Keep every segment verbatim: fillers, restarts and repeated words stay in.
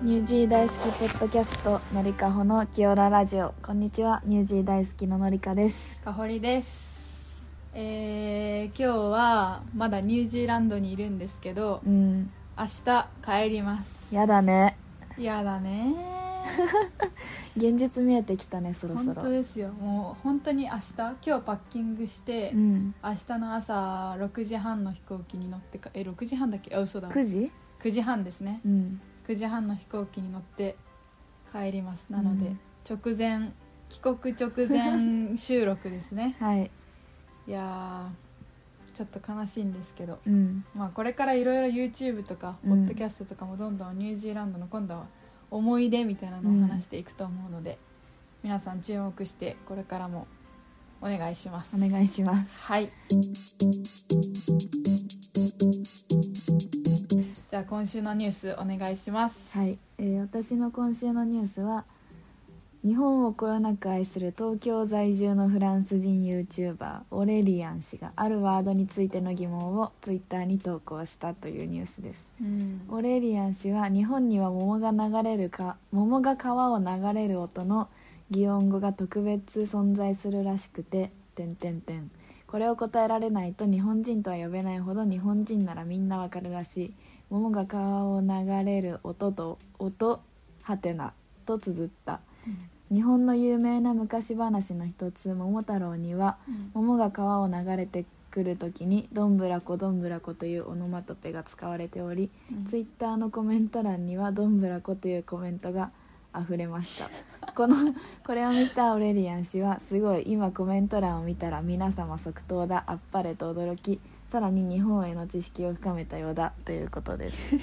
ニュージー大好きポッドキャストのりかほのきよらラジオ。こんにちは、ニュージー大好きののりかです。 かほりです。えー、今日はまだニュージーランドにいるんですけど、 うん、 明日帰ります。 やだね。 やだね現実見えてきたね、そろそろ。 本当ですよ。もう本当に明日今日パッキングして、 うん、 明日の朝ろくじはんの飛行機に乗ってかえろくじはんだっけ、あ嘘だくじくじはんですね、 うん、 くじはんの飛行機に乗って帰ります。なので、うん、直前帰国直前収録ですねはい。 いやーちょっと悲しいんですけど、 うんまあ、これからいろいろ YouTube とかポッドキャストとかもどんどんニュージーランドの今度は思い出みたいなのを話していくと思うので、うん、皆さん注目してこれからもお願いします。 お願いします。 はい。じゃあ今週のニュースお願いします。 はい、えー、私の今週のニュースは、日本をこよなく愛する東京在住のフランス人 YouTuber オレリアン氏があるワードについての疑問をツイッターに投稿したというニュースです、 うん、 オレリアン氏は日本には桃が流れるか桃が川を流れる音の擬音語が特別存在するらしくて点点点これを答えられないと日本人とは呼べないほど日本人ならみんなわかるらしい。桃が川を流れる音と音はてなと綴った、うん、日本の有名な昔話の一つ桃太郎には、うん、桃が川を流れてくるときにどんぶらこどんぶらこというオノマトペが使われており、うん、ツイッターのコメント欄にはどんぶらこというコメントが溢れましたこのこれを見たオレリアン氏はすごい今コメント欄を見たら皆様即答だあっぱれと驚き、さらに日本への知識を深めたようだということです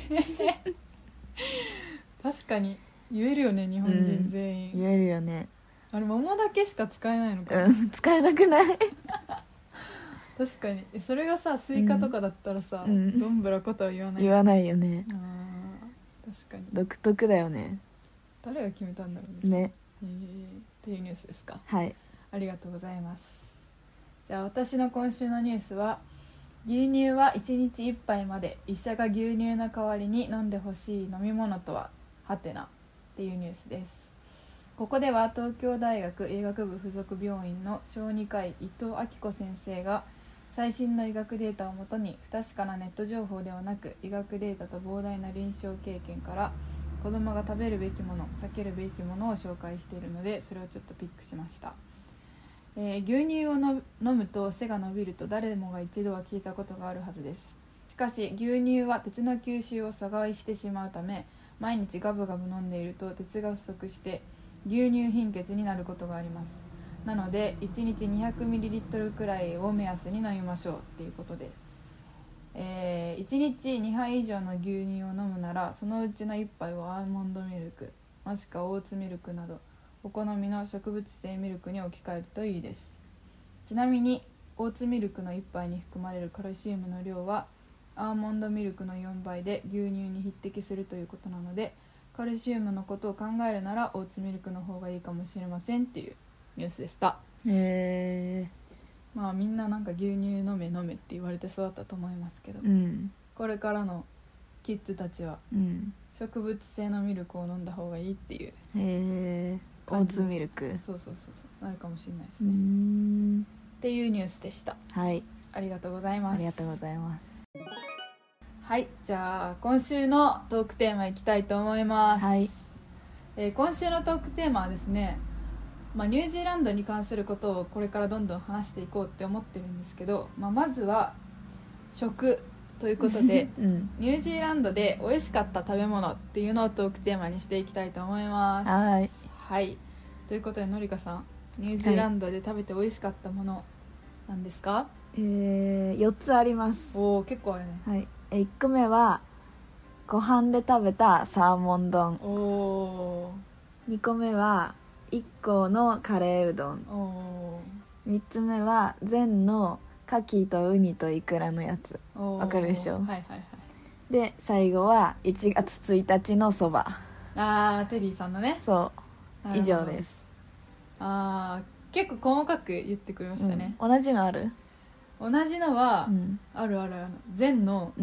確かに言えるよね、日本人全員、 うん、言えるよね。 あれ桃だけしか使えないのか、 うん、使えなくない確かにそれがさスイカとかだったらさ、うん、どんぶらことは言わない言わないよね。 あ確かに独特だよね。 誰が決めたんだろうね。 ねえー、っていうニュースですか。 はい、 ありがとうございます。じゃあ私の今週のニュースは、牛乳はいちにちいっぱいまで医者が牛乳の代わりに飲んでほしい飲み物とははてなっていうニュースです。ここでは東京大学医学部附属病院の小児科医伊藤明子先生が最新の医学データをもとに不確かなネット情報ではなく医学データと膨大な臨床経験から子どもが食べるべきもの避けるべきものを紹介しているので、それをちょっとピックしました。えー、牛乳をの飲むと背が伸びると誰もが一度は聞いたことがあるはずです。しかし牛乳は鉄の吸収を阻害してしまうため、毎日ガブガブ飲んでいると鉄が不足して牛乳貧血になることがあります。なのでいちにちにひゃくミリリットル くらいを目安に飲みましょうっていうことです。えー、いちにちにはい以上の牛乳を飲むならそのうちのいっぱいをアーモンドミルクもしくはオーツミルクなどお好みの植物性ミルクに置き換えるといいです。ちなみにオーツミルクのいっぱいに含まれるカルシウムの量はアーモンドミルクのよんばいで牛乳に匹敵するということなので、カルシウムのことを考えるならオーツミルクの方がいいかもしれませんっていうニュースでした。 へー、 まあみんななんか牛乳飲め飲めって言われて育ったと思いますけど、 うん、 これからのキッズたちは植物性のミルクを飲んだ方がいいっていう、 うん、へー、オーツミルク、 そうそうそうそうなるかもしれないですね。 うーんっていうニュースでした。 はい、 ありがとうございます。 ありがとうございます。 はい、じゃあ今週のトークテーマいきたいと思います、 はい。 えー、今週のトークテーマはですね、まあ、ニュージーランドに関することをこれからどんどん話していこうって思ってるんですけど、まあ、まずは食ということで、うん、ニュージーランドで美味しかった食べ物っていうのをトークテーマにしていきたいと思います。 はい、 はい、ということでのりかさん、ニュージーランドで食べて美味しかったものなんですか？はい、 えー、よっつあります。 おー、結構あるね。 はい、いっこめはご飯で食べたサーモン丼。 おー。 にこめはいっこのカレーうどん。 おー。みっつめは全の牡蠣とウニとイクラのやつ。わかるでしょ？ はいはいはい。 で最後はいちがつついたちのそば。 あー、テリーさんのね。 そう以上です。 あー、結構細かく言ってくれましたね、 うん、同じのある？ 同じのは、 うん、 あるあるある。全の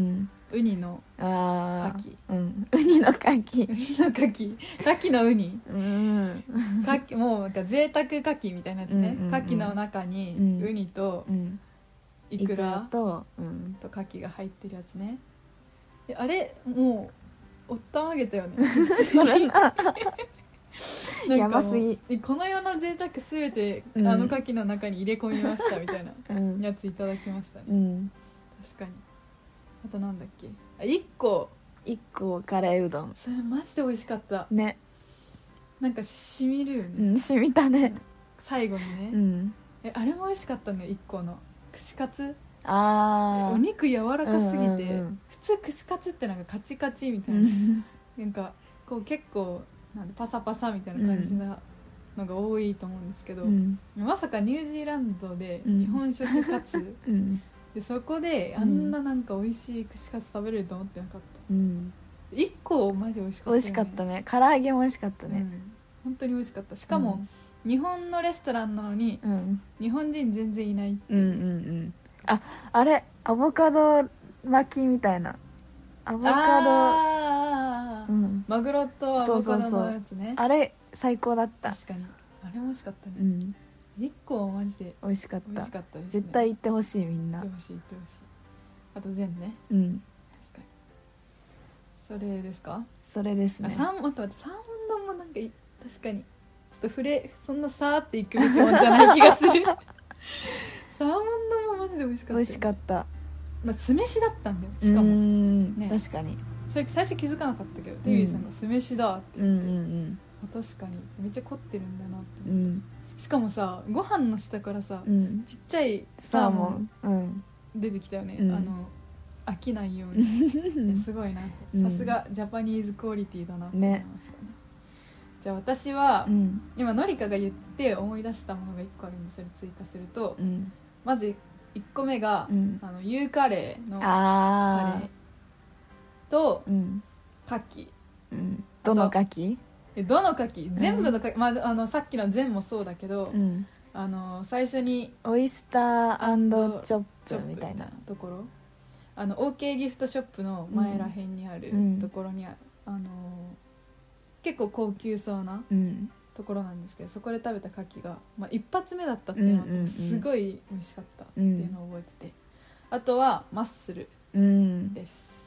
ウニのあ牡蠣、 うん、ウニの牡蠣ウニの牡蠣牡蠣のウニうん牡蠣もうなんか贅沢牡蠣みたいなやつね、 うんうんうん、 牡蠣の中にウニとイクラと、うん、 と牡蠣が入ってるやつね。あれもうおったまげたよねそれななんやばすぎ、 この世の贅沢すべてあの牡蠣の中に入れ込みましたみたいなやついただきましたね、 うん、 確かに。あとなんだっけ、あいっこいっこカレーうどん、 それマジで美味しかったね、 なんかしみるよね、 うん、しみたね最後にね、 うん、 えあれも美味しかったのよ。いっこの串カツ、 あお肉柔らかすぎて、 うんうんうん、 普通串カツってなんかカチカチみたいな、うん、なんかこう結構なんでパサパサみたいな感じなのが多いと思うんですけど、うん、まさかニュージーランドで日本食カツ、うん、でそこであんななんか美味しい串カツ食べれると思ってなかった、うん、いっこマジ美味しかった、ね、 美味しかったね。唐揚げも美味しかったね、うん、 本当に美味しかった。しかも、うん、日本のレストランなのに、うん、日本人全然いないっていう、うんうんうん、ああれアボカド巻きみたいな、アボカド、 あ、うん、マグロとアボカドのやつね。そうそうそう、 あれ最高だった。 確かにあれも美味しかったね、うん、いっこマジで美味しかった。 美味しかったですね。 絶対行ってほしい、みんな行ってほしい行ってほしい。あと全ね、 うん、 確かにそれですか。 それですね。 あ、サーモン、待って待って、サーモン丼もなんか確かにちょっと触れそんなさーっていくべきもんじゃない気がするサーモン丼もマジで美味しかった。 美味しかった。 まあ、酢飯だったんだよ。しかも、 ね、確かにそれ最初気づかなかったけど、テリーさんが酢飯だって言って、うんうんうん、確かにめっちゃ凝ってるんだなって思った、うん、しかもさご飯の下からさ、うん、ちっちゃいサーモン出てきたよね、うん、あの飽きないようにすごいなって、さすがジャパニーズクオリティだなって思いましたね、ね。じゃあ私は、うん、今のりかが言って思い出したものがいっこあるんで、それ追加すると、うん、まずいっこめが、うん、あのユーカレーのカレーと、うん、牡蠣、うん、 どの牡蠣？ えどの牡蠣？全部の牡蠣、まあ、あのさっきの全もそうだけど、うん、あの最初にオイスター&チョップみたいなところ、あの OK ギフトショップの前らへんにあるところにある、うん、あの結構高級そうなところなんですけど、そこで食べた牡蠣が、まあ、一発目だったっていうのはすごい美味しかったっていうのを覚えてて、あとはマッスルです、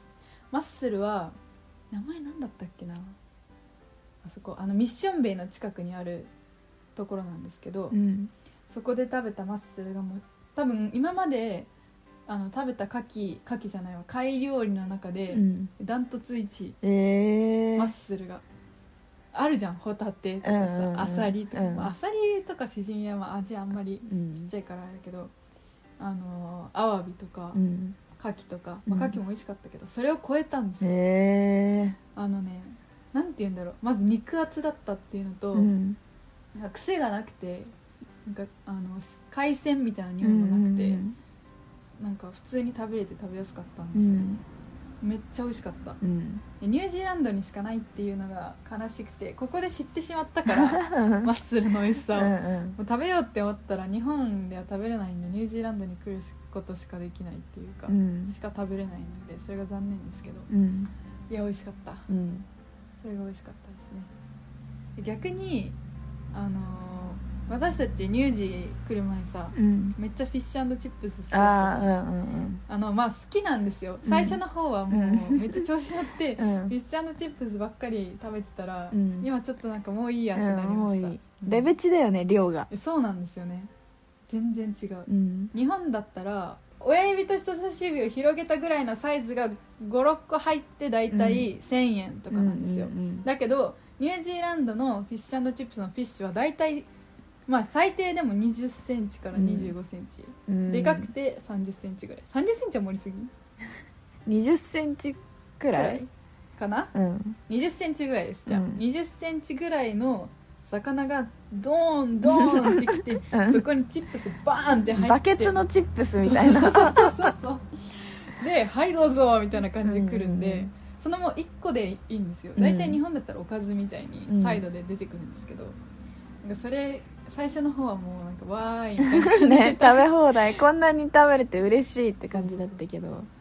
うん、マッスルは名前なんだったっけな、あそこあのミッションベイの近くにあるところなんですけど、うん、そこで食べたマッスルがもう多分今まであの食べた牡蠣牡蠣じゃないわ貝料理の中でダントツいちい、 えー、 マッスルがあるじゃん、ホタテとかさ、うんうんうん、アサリとか、うんまあ、アサリとかシジミはまあ味あんまりちっちゃいからあれだけど、うん、あのアワビとか、うん、牡蠣とか、まあ、牡蠣も美味しかったけど、うん、それを超えたんですよ、 えー、 あのねなんて言うんだろう、まず肉厚だったっていうのと、うん、なんか癖がなくて、なんかあの海鮮みたいな匂いもなくて、うんうんうん、なんか普通に食べれて食べやすかったんですよ、うんめっちゃ美味しかった、うん、ニュージーランドにしかないっていうのが悲しくて、ここで知ってしまったからマッスルの美味しさをうん、うん、もう食べようって思ったら日本では食べれないんで、ニュージーランドに来ることしかできないっていうか、うん、しか食べれないのでそれが残念ですけど、うん、いや美味しかった、うん、それが美味しかったですね。逆にあのー私たちニュージー来る前さ、うん、めっちゃフィッシュ&チップス好きだったじゃん。あ、うんうん、あのまあ好きなんですよ。最初の方はもうめっちゃ調子乗って、うん、フィッシュ&チップスばっかり食べてたら、うん、今ちょっとなんかもういいやってなりました、うん、いいレベチだよね、量が。 そうなんですよね、全然違う、うん、日本だったら親指と人差し指を広げたぐらいのサイズがごろっこ入ってだいたいせんえんとかなんですよ、うんうんうんうん、だけどニュージーランドのフィッシュ&チップスのフィッシュはだいたいまあ最低でもにじゅっセンチからにじゅうごセンチ、うん、でかくてさんじゅっセンチぐらい。さんじゅっセンチは盛りすぎにじゅっセンチくらいかな、うん、にじゅっセンチぐらいです。じゃあ、うん、にじゅっセンチぐらいの魚がドーンドーンってきて、うん、そこにチップスバーンって入ってバケツのチップスみたいなそうそうそうそうではいどうぞみたいな感じで来るんで、うん、そのもういっこでいいんですよ。だいたい日本だったらおかずみたいにサイドで出てくるんですけど、うん、なんかそれ最初の方はもうなんかわーいみたいな感じでね、食べ放題こんなに食べれて嬉しいって感じだったけど、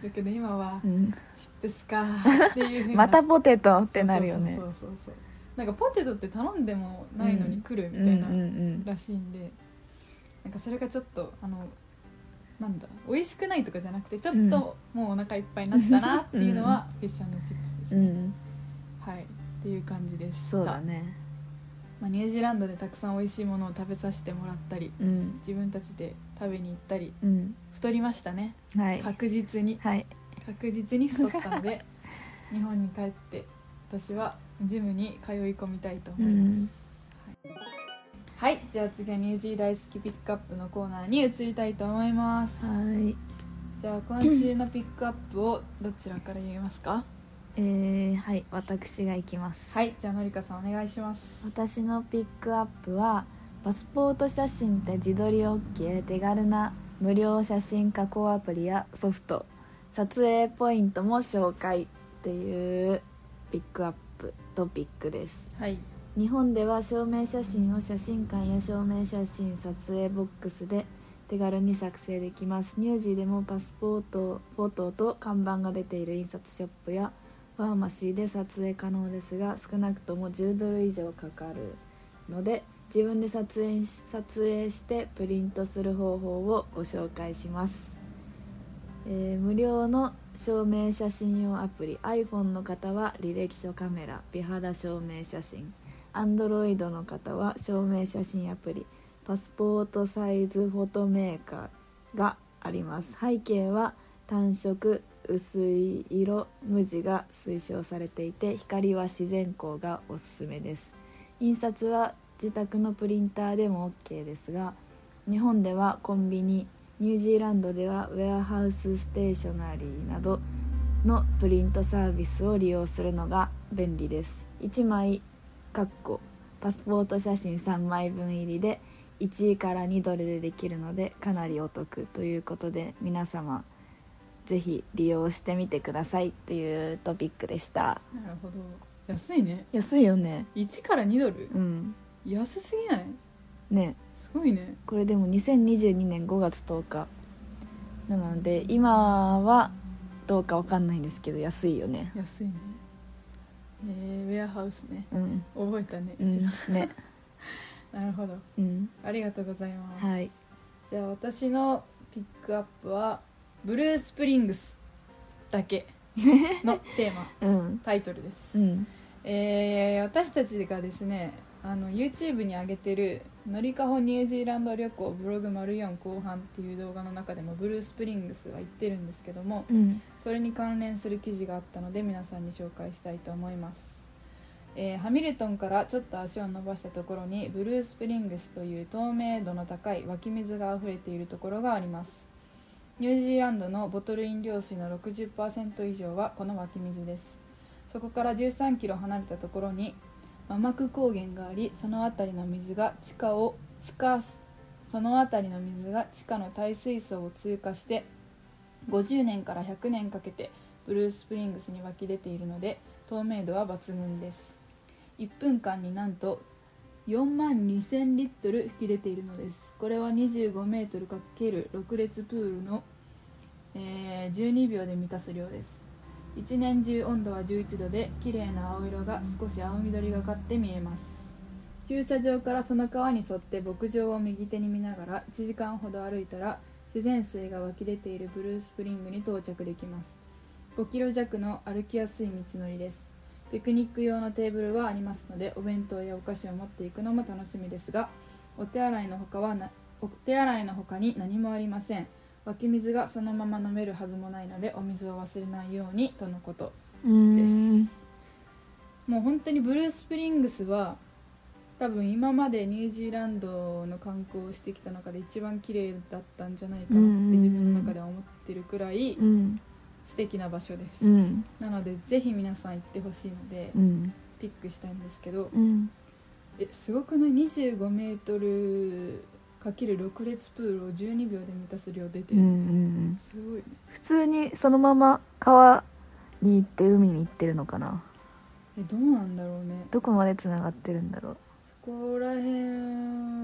だけど今はうんチップスかっていうふうなまたポテトってなるよね。 そうそうそうそうなんかポテトって頼んでもないのに来るみたいな、 うんうんうんらしいんで、なんかそれがちょっとあのなんだ美味しくないとかじゃなくてちょっともうお腹いっぱいになったなっていうのはフィッシュ&チップスですね、 うんはいっていう感じでした。 そうだね。 まあ、ニュージーランドでたくさん美味しいものを食べさせてもらったりうん自分たちで食べに行ったりうん太りましたね、 はい確実にはい確実に太ったので日本に帰って私はジムに通い込みたいと思います、 うんはい、はい、じゃあ次はニュージー大好きピックアップのコーナーに移りたいと思います。 はいじゃあ今週のピックアップをどちらから言いますか？ えー、はい私が行きます。 はい、じゃあのりかさんお願いします。 私のピックアップはパスポート写真って自撮り OK 手軽な無料写真加工アプリやソフト撮影ポイントも紹介っていうピックアップトピックです。 はい、 日本では証明写真を写真館や証明写真撮影ボックスで手軽に作成できます。ニュージーでもパスポートフォトと看板が出ている印刷ショップやファーマシーで撮影可能ですが少なくともじゅうドル以上かかるので自分で撮影し、撮影してプリントする方法をご紹介します、えー、無料の証明写真用アプリ iPhone の方は履歴書カメラ美肌証明写真 Android の方は証明写真アプリパスポートサイズフォトメーカーがあります。背景は単色薄い色無地が推奨されていて光は自然光がおすすめです。印刷は自宅のプリンターでも OK ですが日本ではコンビニニュージーランドではウェアハウスステーショナリーなどのプリントサービスを利用するのが便利です。いちまいかっこパスポート写真さんまいぶん入りでいちからにドルでできるのでかなりお得ということで皆様ぜひ利用してみてくださいっていうトピックでした。 なるほど、安いね。 安いよね。 いちからにドル、 うん、 安すぎない？ ね、 すごいね。 これでもにせんにじゅうにねんごがつとおかなので今はどうかわかんないんですけど安いよね。 安いね。えー、ウェアハウスね、 うん、 覚えたね、 うん、ねなるほど、 うん、 ありがとうございます、 はい、 じゃあ私のピックアップはブルースプリングスだけのテーマうん、 タイトルです、 うんえー、私たちがですねあの YouTube に上げてるのりかほニュージーランド旅行ブログ丸よん後半っていう動画の中でもブルースプリングスは言ってるんですけども、 うん、 それに関連する記事があったので皆さんに紹介したいと思います、えー、ハミルトンからちょっと足を伸ばしたところにブルースプリングスという透明度の高い湧き水があふれているところがあります。ニュージーランドのボトル飲料水の ろくじゅっパーセント 以上はこの湧き水です。そこからじゅうさんキロ離れたところにママク高原があり、その辺りの水が地下を地下その辺りの水が地下の耐水層を通過してごじゅうねんからひゃくねんかけてブルースプリングスに湧き出ているので透明度は抜群です。いっぷんかんになんとよんまんにせんリットル吹き出ているのです。これはにじゅうごメートルかけるろく列プールの、えー、じゅうにびょうで満たす量です。一年中温度はじゅういちどで綺麗な青色が少し青緑がかって見えます。駐車場からその川に沿って牧場を右手に見ながらいちじかんほど歩いたら自然水が湧き出ているブルースプリングに到着できます。ごキロじゃくの歩きやすい道のりです。ピクニック用のテーブルはありますのでお弁当やお菓子を持っていくのも楽しみですが、お手洗いの他はなお手洗いの他に何もありません。湧き水がそのまま飲めるはずもないのでお水を忘れないようにとのことうーです。 んもう本当にブルースプリングスは多分今までニュージーランドの観光をしてきた中で一番綺麗だったんじゃないかなって自分の中では思ってるくらいうん素敵な場所です、 うんなのでぜひ皆さん行ってほしいのでうんピックしたいんですけど、 うんえすごくない？ にじゅうごメートルかけるろく列プールをじゅうにびょうで満たす量出てる、 うんうんうんすごいね。 普通にそのまま川に行って海に行ってるのかな。 えどうなんだろうね。 どこまでつながってるんだろう。 そこら辺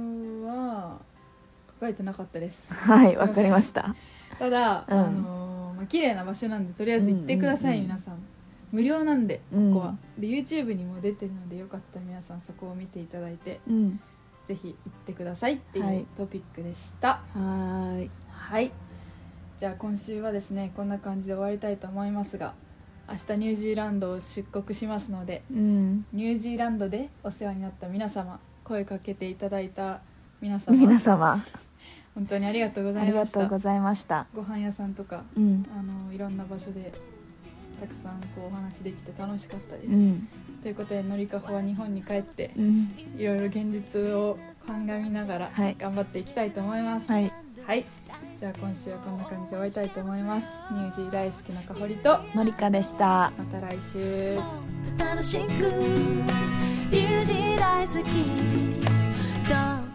は書かれてなかったですはい、わかりました。 ただ、 うんあのまあ綺麗な場所なんでとりあえず行ってください、 うんうんうん皆さん無料なんでここは、 うんで YouTube にも出てるのでよかったら皆さんそこを見ていただいてうんぜひ行ってくださいってはいいうトピックでした。 はーいはい、じゃあ今週はですねこんな感じで終わりたいと思いますが、明日ニュージーランドを出国しますので、 うんニュージーランドでお世話になった皆様、声かけていただいた皆様、 皆様本当にありがとうござありいましたがとうございました。 ご飯屋さんとかうんあのいろんな場所でたくさんこうお話できて楽しかったです、 うんということでのりかほは日本に帰ってうんいろいろ現実を鑑みながらはい頑張っていきたいと思います。 はい、 はい、じゃあ今週はこんな感じで終わりたいと思います。ニュージー大好きなかほりとのりかでした。 また来週。 楽しくニュージー大好き